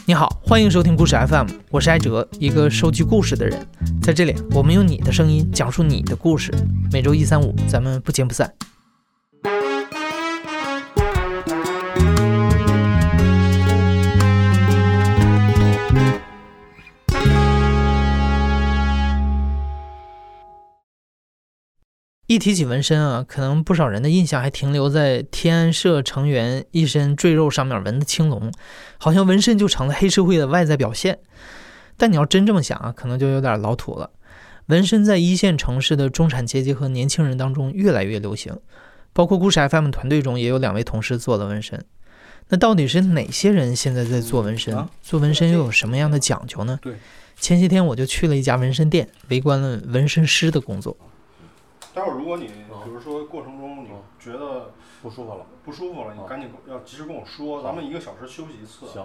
你好，欢迎收听故事 FM， 我是艾哲，一个收集故事的人。在这里，我们用你的声音讲述你的故事。每周一、三、五，咱们不见不散。一提起纹身啊，可能不少人的印象还停留在天安社成员一身赘肉上面纹的青龙，好像纹身就成了黑社会的外在表现。但你要真这么想啊，可能就有点老土了。纹身在一线城市的中产阶级和年轻人当中越来越流行，包括故事 FM 团队中也有2位同事做了纹身。那到底是哪些人现在在做纹身？做纹身又有什么样的讲究呢？前些天我就去了一家纹身店，围观了纹身师的工作。 待会儿如果你比如说过程中你觉得不舒服了，你赶紧要及时跟我说，咱们1个小时休息一次。 行。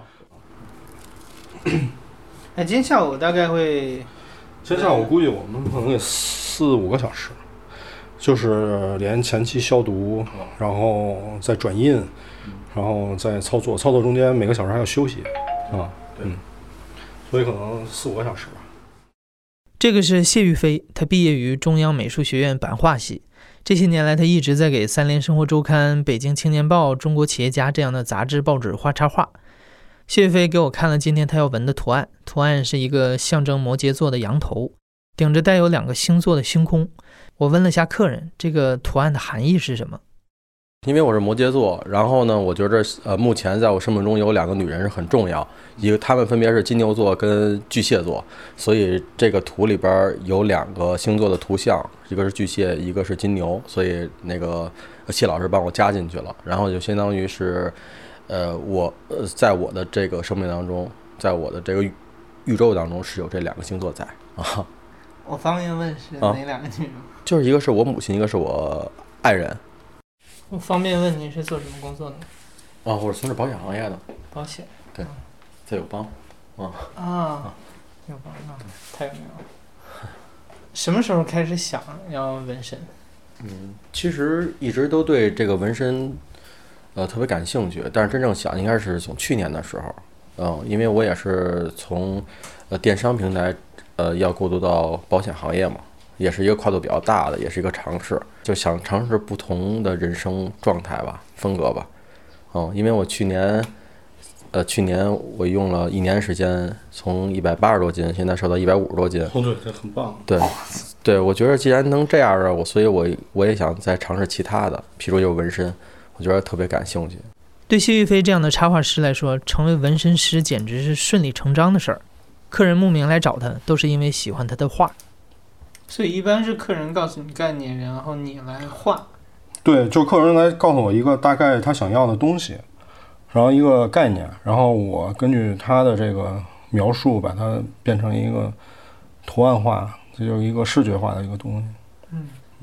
今天下午大概会？ 今天下午估计我们可能得4、5个小时，就是连前期消毒，然后再转印，然后再操作中间每个小时还要休息啊。所以可能4、5个小时吧。 这个是谢玉飞，他毕业于中央美术学院版画系。这些年来，他一直在给3联生活周刊、北京青年报、中国企业家这样的杂志报纸画插画。谢玉飞给我看了今天他要纹的图案，图案是一个象征摩羯座的羊头，顶着带有2个星座的星空。我问了下客人，这个图案的含义是什么？ 因为我是摩羯座，然后呢，我觉得目前在我生命中有2个女人是很重要，一个她们分别是金牛座跟巨蟹座，所以这个图里边有2个星座的图像，一个是巨蟹，一个是金牛，所以那个谢老师帮我加进去了，然后就相当于是，我在我的这个生命当中，在我的这个宇宙当中是有这2个星座在啊。 我方便问是哪2个女人？ 就是一个是我母亲，一个是我爱人。 我方便问您是做什么工作的？ 我是从事保险行业的。 保险？ 对，在友邦。 友邦啊，太有名了。什么时候开始想要纹身？ 其实一直都对这个纹身，特别感兴趣，但是真正想应该是从去年的时候，因为我也是从电商平台，要过渡到保险行业嘛。也是一个跨度比较大的，也是一个尝试，就想尝试不同的人生状态吧，风格吧。因为我去年我用了1年时间，从180多斤，现在瘦到150多斤。 对，这很棒。 对，我觉得既然能这样的，所以我也想再尝试其他的，譬如有纹身，我觉得特别感兴趣。 对谢玉飞这样的插画师来说，成为纹身师简直是顺理成章的事儿。客人慕名来找他，都是因为喜欢他的画。所以一般是客人告诉你概念，然后你来画。 对，就客人来告诉我一个大概他想要的东西，然后一个概念，然后我根据他的这个描述把它变成一个图案化，这就是一个视觉化的一个东西。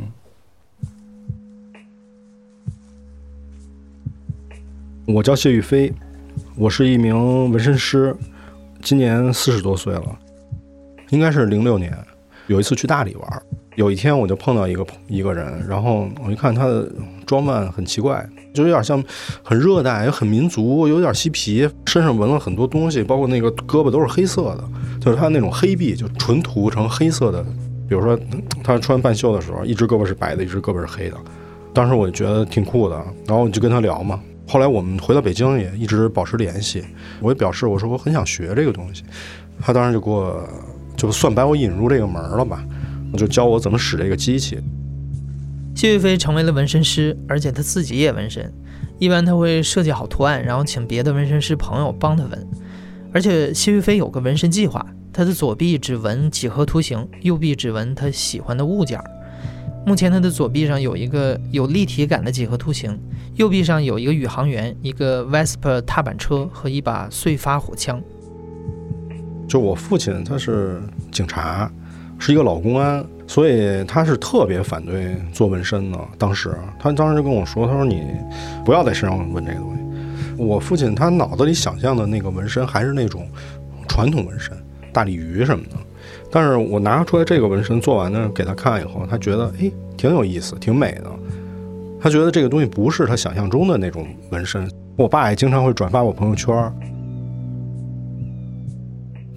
我叫谢玉飞，我是一名纹身师，今年40多岁了，应该是06年。有一次去大理玩，有一天我就碰到一个人，然后我一看他的装扮很奇怪，就有点像很热带，也很民族，有点嬉皮，身上纹了很多东西，包括那个胳膊都是黑色的，就是他那种黑臂就纯涂成黑色的。比如说他穿半袖的时候，一只胳膊是白的，一只胳膊是黑的。当时我就觉得挺酷的，然后就跟他聊嘛。后来我们回到北京也一直保持联系，我也表示我说我很想学这个东西，他当时就给我就算把我引入这个门了吧，就教我怎么使这个机器。 谢玉飞成为了纹身师，而且他自己也纹身。一般他会设计好图案，然后请别的纹身师朋友帮他纹。而且谢玉飞有个纹身计划，他的左臂只纹几何图形，右臂只纹他喜欢的物件。目前他的左臂上有一个有立体感的几何图形，右臂上有一个宇航员、一个 Vespa 踏板车和一把碎发火枪。 就我父亲他是警察，是一个老公安，所以他是特别反对做纹身的。当时他当时就跟我说，他说你不要在身上纹这个东西。我父亲他脑子里想象的那个纹身还是那种传统纹身，大鲤鱼什么的。但是我拿出来这个纹身做完呢给他看以后，他觉得挺有意思，挺美的。他觉得这个东西不是他想象中的那种纹身。我爸也经常会转发我朋友圈，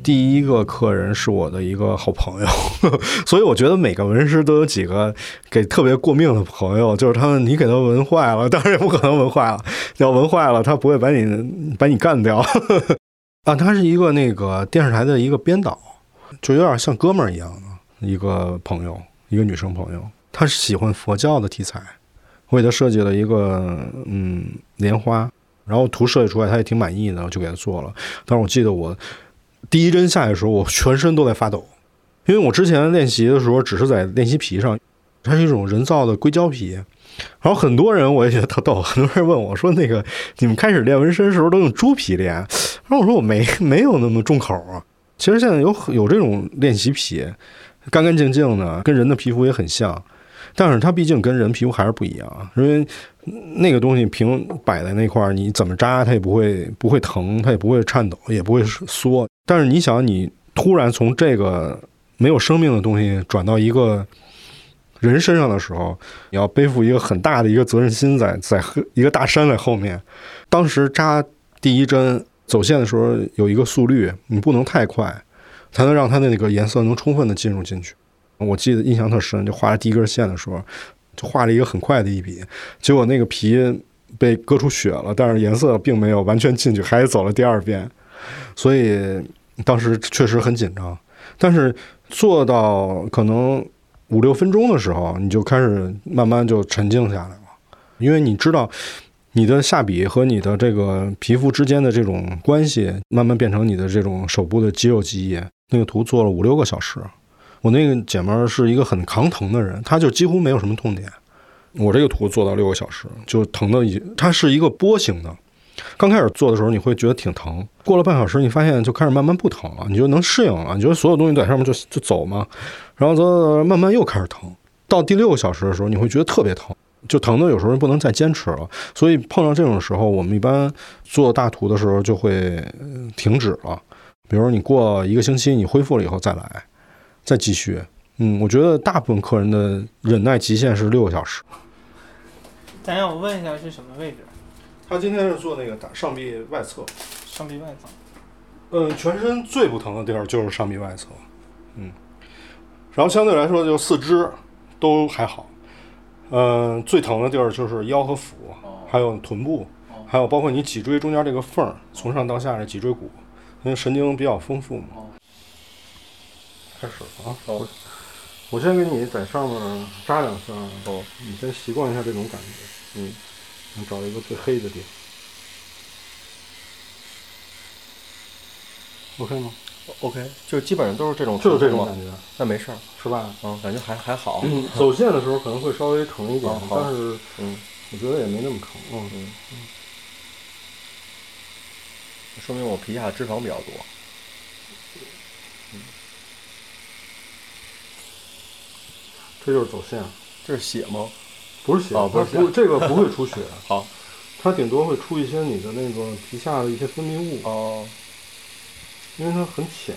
第一个客人是我的一个好朋友，所以我觉得每个纹身师都有几个给特别过命的朋友，就是他们你给他纹坏了，当然也不可能纹坏了，要纹坏了他不会把你干掉啊。他是一个那个电视台的一个编导，就有点像哥们儿一样的一个朋友，一个女生朋友，她是喜欢佛教的题材，我给她设计了一个莲花，然后图设计出来她也挺满意的，我就给她做了。但是我记得我第一针下去的时候，我全身都在发抖，因为我之前练习的时候只是在练习皮上，它是一种人造的硅胶皮。然后很多人我也觉得特逗，很多人问我说那个你们开始练纹身的时候都用猪皮练，然后我说我没有那么重口啊。其实现在有这种练习皮，干干净净的，跟人的皮肤也很像，但是它毕竟跟人皮肤还是不一样，因为那个东西平摆在那块儿，你怎么扎它也不会疼，它也不会颤抖，也不会缩。但是你想，你突然从这个没有生命的东西转到一个人身上的时候，你要背负一个很大的一个责任心在一个大山在后面。当时扎第一针走线的时候有一个速率，你不能太快，才能让它的那个颜色能充分的进入进去。我记得印象特深，就画了第一根线的时候，就画了一个很快的一笔，结果那个皮被割出血了，但是颜色并没有完全进去，还走了第二遍，所以当时确实很紧张。但是做到可能5-6分钟的时候，你就开始慢慢就沉静下来了，因为你知道你的下笔和你的这个皮肤之间的这种关系慢慢变成你的这种手部的肌肉记忆。那个图做了5-6个小时，我那个姐们儿是一个很抗疼的人，她就几乎没有什么痛点。我这个图做到6个小时就疼的，它是一个波形的，刚开始做的时候你会觉得挺疼，过了半小时你发现就开始慢慢不疼了，你就能适应了，你觉得所有东西在上面就走嘛，然后走慢慢又开始疼，到第6个小时的时候你会觉得特别疼，就疼的有时候不能再坚持了。所以碰到这种时候，我们一般做大图的时候就会停止了，比如你过1个星期你恢复了以后再来再继续。我觉得大部分客人的忍耐极限是6个小时。 咱要问一下是什么位置？ 他今天是做那个上臂外侧。 上臂外侧。 全身最不疼的地儿就是上臂外侧。然后相对来说就四肢都还好。最疼的地儿就是腰和腹，还有臀部，还有包括你脊椎中间这个缝，从上到下的脊椎骨，因为神经比较丰富嘛。开始了啊！我先给你在上面扎2下，你先习惯一下这种感觉。你找一个最黑的地方。OK 吗 ？OK， 就基本上都是这种， 就是这种感觉。 那没事儿， 是吧？ 感觉还好。 走线的时候可能会稍微疼一点，但是我觉得也没那么疼。 说明我皮下脂肪比较多。 这就是走线。 这是血吗？ 不是血，不是这个不会出血。 好， 它顶多会出一些你的那个皮下的一些分泌物。因为它很浅。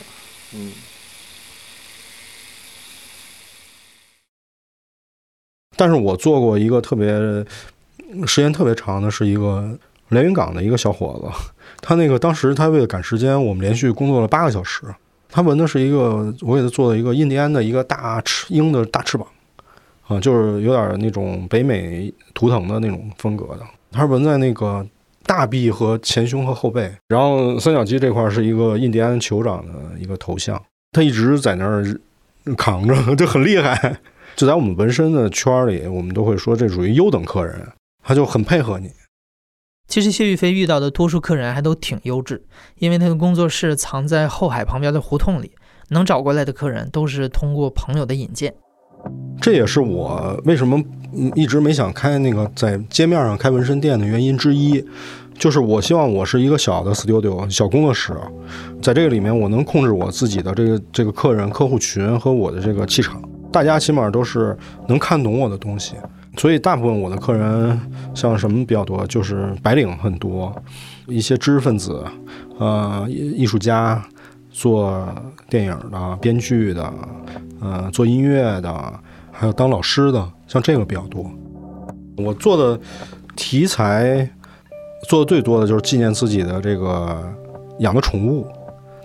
但是我做过一个时间特别长的，是一个连云港的一个小伙子，他那个当时他为了赶时间，我们连续工作了8个小时。他纹的是一个，我给他做了一个印第安的一个大鹰的大翅膀，就是有点那种北美图腾的那种风格的。他是纹在那个大臂和前胸和后背，然后三角肌这块是一个印第安酋长的一个头像，他一直在那儿扛着，就很厉害。就在我们纹身的圈里，我们都会说这属于优等客人，他就很配合你。 其实谢玉飞遇到的多数客人还都挺优质，因为他的工作室藏在后海旁边的胡同里，能找过来的客人都是通过朋友的引荐。 这也是我为什么一直没想开那个在街面上开纹身店的原因之一，就是我希望我是一个小的 studio 小工作室，在这个里面我能控制我自己的这个客户群和我的这个气场，大家起码都是能看懂我的东西。所以大部分我的客人像什么比较多，就是白领很多，一些知识分子，艺术家，做电影的、编剧的，做音乐的，还有当老师的，像这个比较多。我做的题材做的最多的就是纪念自己的这个养的宠物，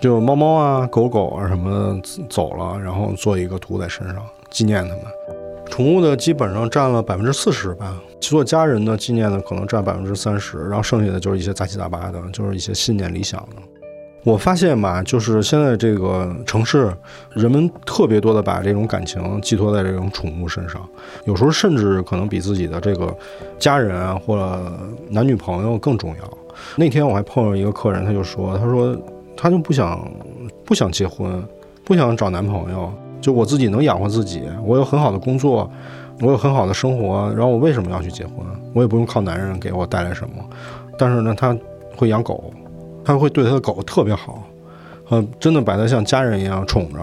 就猫猫啊、狗狗啊什么的走了，然后做一个图在身上纪念他们。宠物的基本上占了40%吧，做家人的纪念的可能占30%，然后剩下的就是一些杂七杂八的，就是一些信念理想的。我发现吧，就是现在这个城市，人们特别多的把这种感情寄托在这种宠物身上，有时候甚至可能比自己的这个家人啊或者男女朋友更重要。那天我还碰到一个客人，他说他就不想结婚，不想找男朋友，就我自己能养活自己，我有很好的工作，我有很好的生活，然后我为什么要去结婚？我也不用靠男人给我带来什么。但是呢，他会养狗，他会对他的狗特别好，真的把他像家人一样宠着。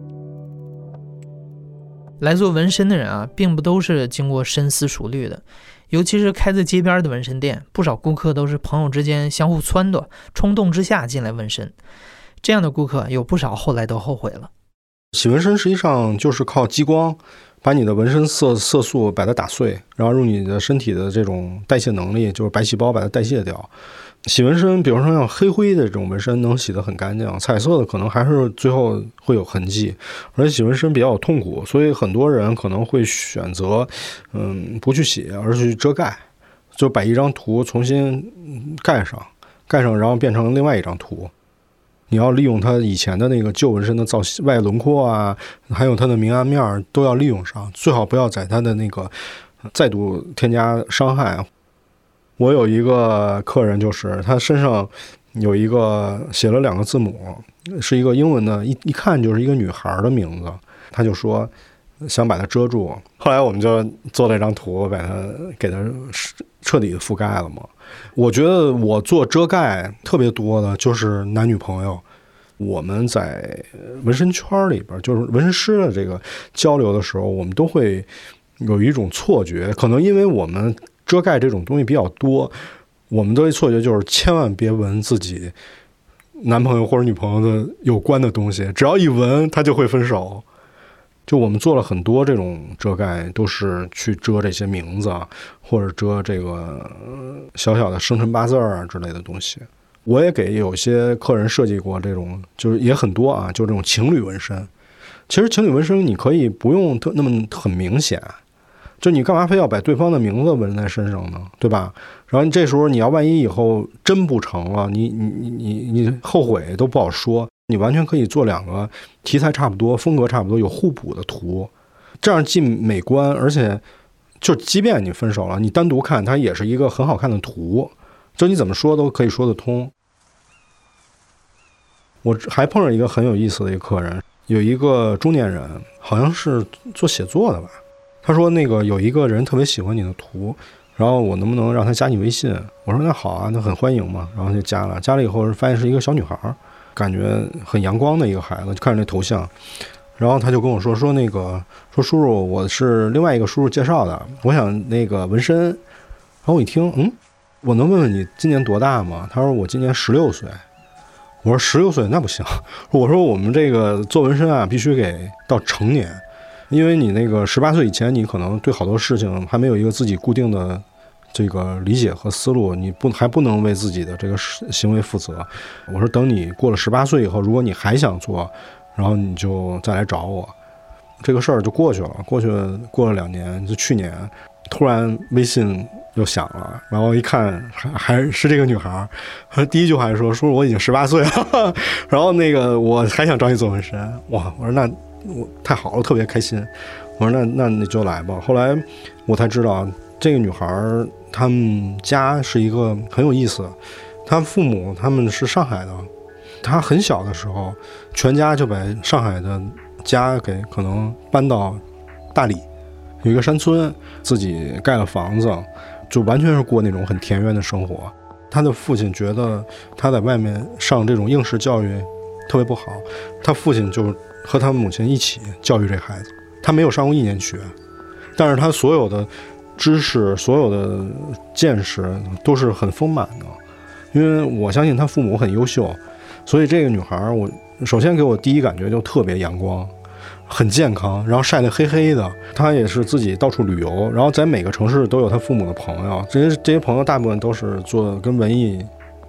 来做纹身的人啊，并不都是经过深思熟虑的，尤其是开在街边的纹身店，不少顾客都是朋友之间相互撺掇，冲动之下进来纹身。这样的顾客有不少后来都后悔了。 洗纹身实际上就是靠激光把你的纹身色素把它打碎，然后用你的身体的这种代谢能力，就是白细胞把它代谢掉。洗纹身比如说像黑灰的这种纹身能洗得很干净，彩色的可能还是最后会有痕迹，而且洗纹身比较有痛苦，所以很多人可能会选择不去洗，而是去遮盖，就把一张图重新盖上，然后变成另外一张图。你要利用它以前的那个旧纹身的造型、外轮廓啊，还有它的明暗面都要利用上，最好不要在它的那个再度添加伤害。我有一个客人，就是他身上有一个写了2个字母，是一个英文的，一看就是一个女孩的名字，他就说想把它遮住。后来我们就做了一张图，把它给它彻底的覆盖了嘛。我觉得我做遮盖特别多的就是男女朋友，我们在纹身圈里边，就是纹身师的这个交流的时候，我们都会有一种错觉，可能因为我们遮盖这种东西比较多，我们的错觉就是千万别纹自己男朋友或者女朋友的有关的东西，只要一纹他就会分手。就我们做了很多这种遮盖，都是去遮这些名字啊，或者遮这个小小的生辰八字啊之类的东西。我也给有些客人设计过这种，就是也很多啊，就这种情侣纹身。其实情侣纹身你可以不用那么很明显，就你干嘛非要把对方的名字纹在身上呢，对吧？然后这时候你要万一以后真不成了，你后悔都不好说。你完全可以做2个题材差不多、风格差不多、有互补的图，这样既美观，而且就即便你分手了，你单独看它也是一个很好看的图，就你怎么说都可以说得通。我还碰上一个很有意思的一个客人，有一个中年人，好像是做写作的吧，他说那个有一个人特别喜欢你的图，然后我能不能让他加你微信？我说那好啊，那很欢迎嘛，然后就加了以后发现是一个小女孩，感觉很阳光的一个孩子，就看着那头像，然后他就跟我说那个说叔叔，我是另外一个叔叔介绍的，我想那个纹身。然后我一听，我能问问你今年多大吗？他说我今年16岁。我说16岁那不行，我说我们这个做纹身啊，必须给到成年，因为你那个18岁以前，你可能对好多事情还没有一个自己固定的这个理解和思路，你还不能为自己的这个行为负责。我说等你过了18岁以后，如果你还想做，然后你就再来找我。这个事儿就过去了，过了2年，就去年突然微信又响了，然后一看还是这个女孩，第一句话说叔我已经18岁了，然后那个我还想找你做纹身。哇，我说那我太好了，特别开心。我说那你就来吧。后来我才知道这个女孩他们家是一个很有意思，他父母他们是上海的，他很小的时候全家就把上海的家给可能搬到大理，有一个山村，自己盖了房子，就完全是过那种很田园的生活。他的父亲觉得他在外面上这种应试教育特别不好，他父亲就和他母亲一起教育这孩子。他没有上过1年学，但是他所有的知识、所有的见识都是很丰满的。因为我相信他父母很优秀，所以这个女孩，我首先给我第一感觉就特别阳光，很健康，然后晒得黑黑的。她也是自己到处旅游，然后在每个城市都有她父母的朋友，这些朋友大部分都是做跟文艺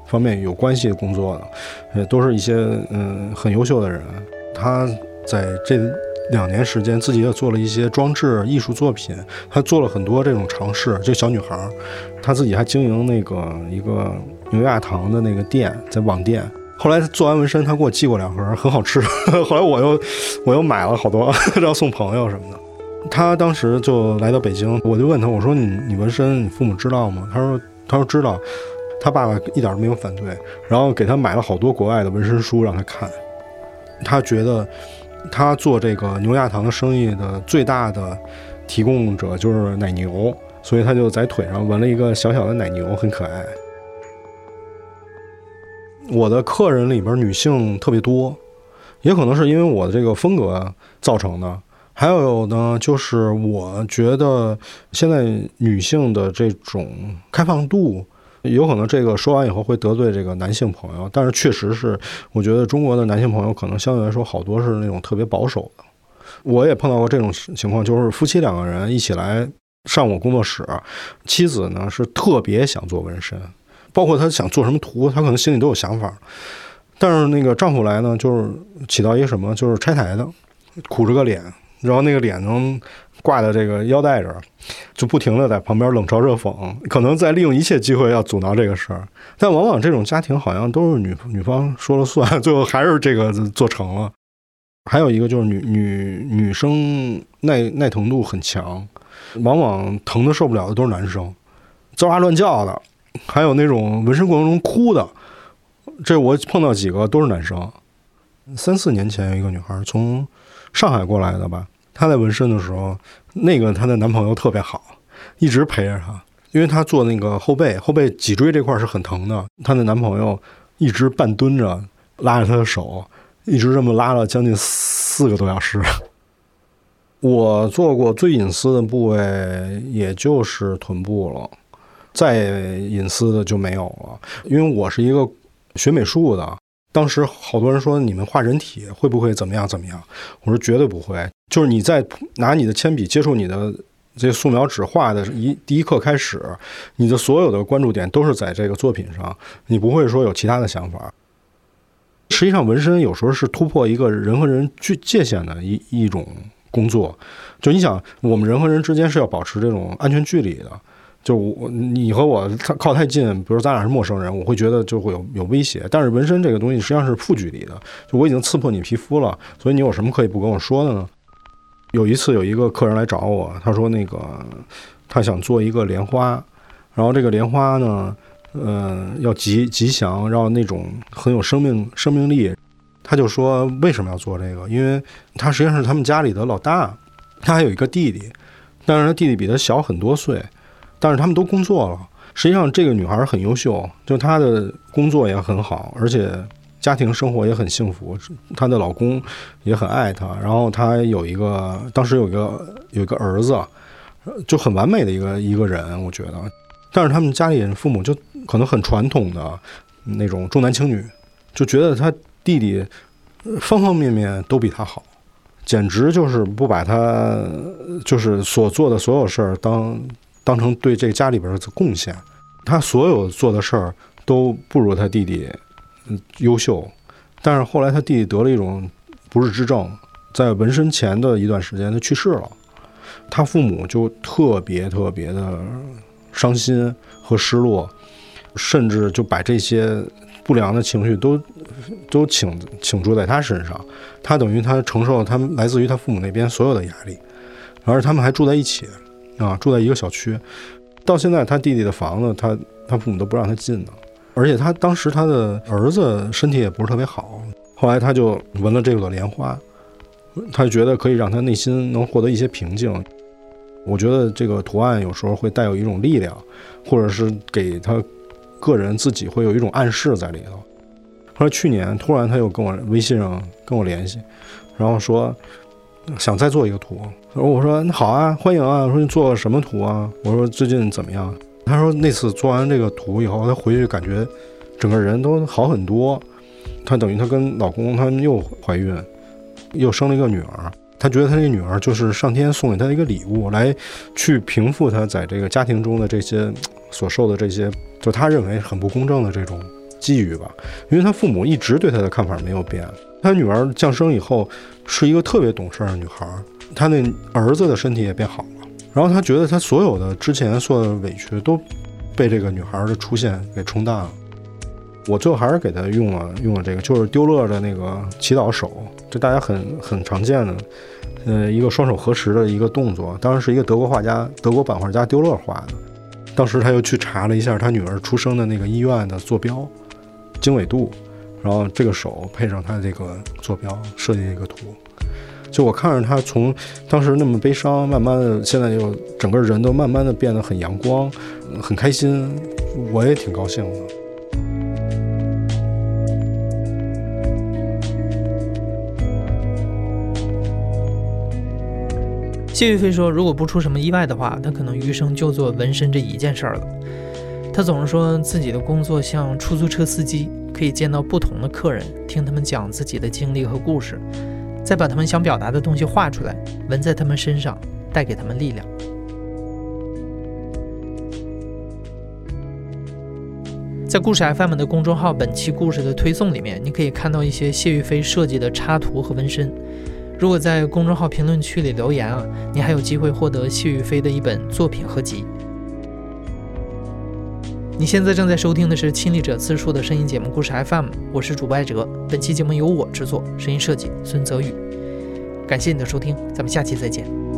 方面有关系工作的，都是一些很优秀的人。他在这2年时间自己也做了一些装置艺术作品，他做了很多这种尝试。这小女孩她自己还经营那个一个牛轧糖的那个店，在网店。后来做完纹身，他给我寄过2盒，很好吃。后来我又买了好多，要送朋友什么的。他当时就来到北京，我就问他，我说你纹身，你父母知道吗？他说知道。他爸爸一点都没有反对，然后给他买了好多国外的纹身书让他看。他觉得他做这个牛轧糖的生意的最大的提供者就是奶牛，所以他就在腿上纹了一个小小的奶牛，很可爱。我的客人里边女性特别多，也可能是因为我的这个风格造成的。还有呢，就是我觉得现在女性的这种开放度，有可能这个说完以后会得罪这个男性朋友，但是确实是我觉得中国的男性朋友可能相对来说好多是那种特别保守的。我也碰到过这种情况，就是夫妻2个人一起来上我工作室，妻子呢是特别想做纹身，包括他想做什么图，他可能心里都有想法，但是那个丈夫来呢，就是起到一个什么，就是拆台的，苦着个脸，然后那个脸能挂在这个腰带这儿，就不停的在旁边冷嘲热讽，可能在利用一切机会要阻挠这个事儿。但往往这种家庭好像都是女方说了算，最后还是这个做成了。还有一个就是女生耐疼度很强，往往疼的受不了的都是男生，吱哇乱叫的，还有那种纹身过程中哭的，这我碰到几个都是男生。3、4年前有一个女孩从上海过来的吧，她在纹身的时候，那个她的男朋友特别好，一直陪着她，因为她做那个后背脊椎这块是很疼的，她的男朋友一直半蹲着拉着她的手，一直这么拉了将近4个多小时。我做过最隐私的部位也就是臀部了，再隐私的就没有了。因为我是一个学美术的，当时好多人说你们画人体会不会怎么样，我说绝对不会，就是你在拿你的铅笔接触你的这素描纸画的第一刻开始，你的所有的关注点都是在这个作品上，你不会说有其他的想法。实际上纹身有时候是突破一个人和人界限的一种工作，就你想我们人和人之间是要保持这种安全距离的，就你和我靠太近，比如咱俩是陌生人，我会觉得就会有威胁。但是纹身这个东西实际上是负距离的，就我已经刺破你皮肤了，所以你有什么可以不跟我说的呢？有一次有一个客人来找我，他说那个他想做一个莲花，然后这个莲花呢要吉祥，然后那种很有生命力。他就说为什么要做这个，因为他实际上是他们家里的老大，他还有一个弟弟，但是他弟弟比他小很多岁，但是他们都工作了。实际上这个女孩很优秀，就她的工作也很好，而且家庭生活也很幸福，她的老公也很爱她，然后她当时有一个儿子，就很完美的一个人，我觉得。但是他们家里人父母就可能很传统的那种重男轻女，就觉得他弟弟方方面面都比他好，简直就是不把他就是所做的所有事儿当成对这个家里边的贡献，他所有做的事儿都不如他弟弟优秀。但是后来他弟弟得了一种不治之症，在纹身前的一段时间他去世了，他父母就特别的伤心和失落，甚至就把这些不良的情绪都倾注在他身上，他等于他承受他们来自于他父母那边所有的压力，而他们还住在一起住在一个小区，到现在他弟弟的房子他父母都不让他进呢。而且他当时他的儿子身体也不是特别好，后来他就纹了这个莲花，他觉得可以让他内心能获得一些平静。我觉得这个图案有时候会带有一种力量，或者是给他个人自己会有一种暗示在里头。后来去年突然他又跟我微信上跟我联系，然后说想再做一个图。我说那好啊，欢迎啊。我说你做什么图啊？我说最近怎么样？他说那次做完这个图以后，他回去感觉整个人都好很多。他等于他跟老公他们又怀孕，又生了一个女儿。他觉得他这个女儿就是上天送给他的一个礼物，来去平复他在这个家庭中的这些所受的这些，就他认为很不公正的这种机遇吧，因为他父母一直对他的看法没有变。他女儿降生以后是一个特别懂事的女孩，他那儿子的身体也变好了，然后他觉得他所有的之前所有的委屈都被这个女孩的出现给冲淡了。我最后还是给他用了这个，就是丢勒的那个祈祷手，这大家很常见的，一个双手合十的一个动作，当然是一个德国版画家丢勒画的。当时他又去查了一下他女儿出生的那个医院的坐标经纬度，然后这个手配上他这个坐标设计一个图。就我看着他从当时那么悲伤，慢慢的现在就整个人都慢慢的变得很阳光，很开心，我也挺高兴的。 谢玉飞说，如果不出什么意外的话，他可能余生就做纹身这一件事了。他总是说自己的工作像出租车司机，可以见到不同的客人，听他们讲自己的经历和故事，再把他们想表达的东西画出来，纹在他们身上，带给他们力量。在故事 FM 的公众号本期故事的推送里面，你可以看到一些谢玉飞设计的插图和纹身。如果在公众号评论区里留言啊，你还有机会获得谢玉飞的一本作品合集。你现在正在收听的是亲历者自述的声音节目故事 FM， 我是主播艾哲，本期节目由我制作，声音设计孙泽宇。感谢你的收听，咱们下期再见。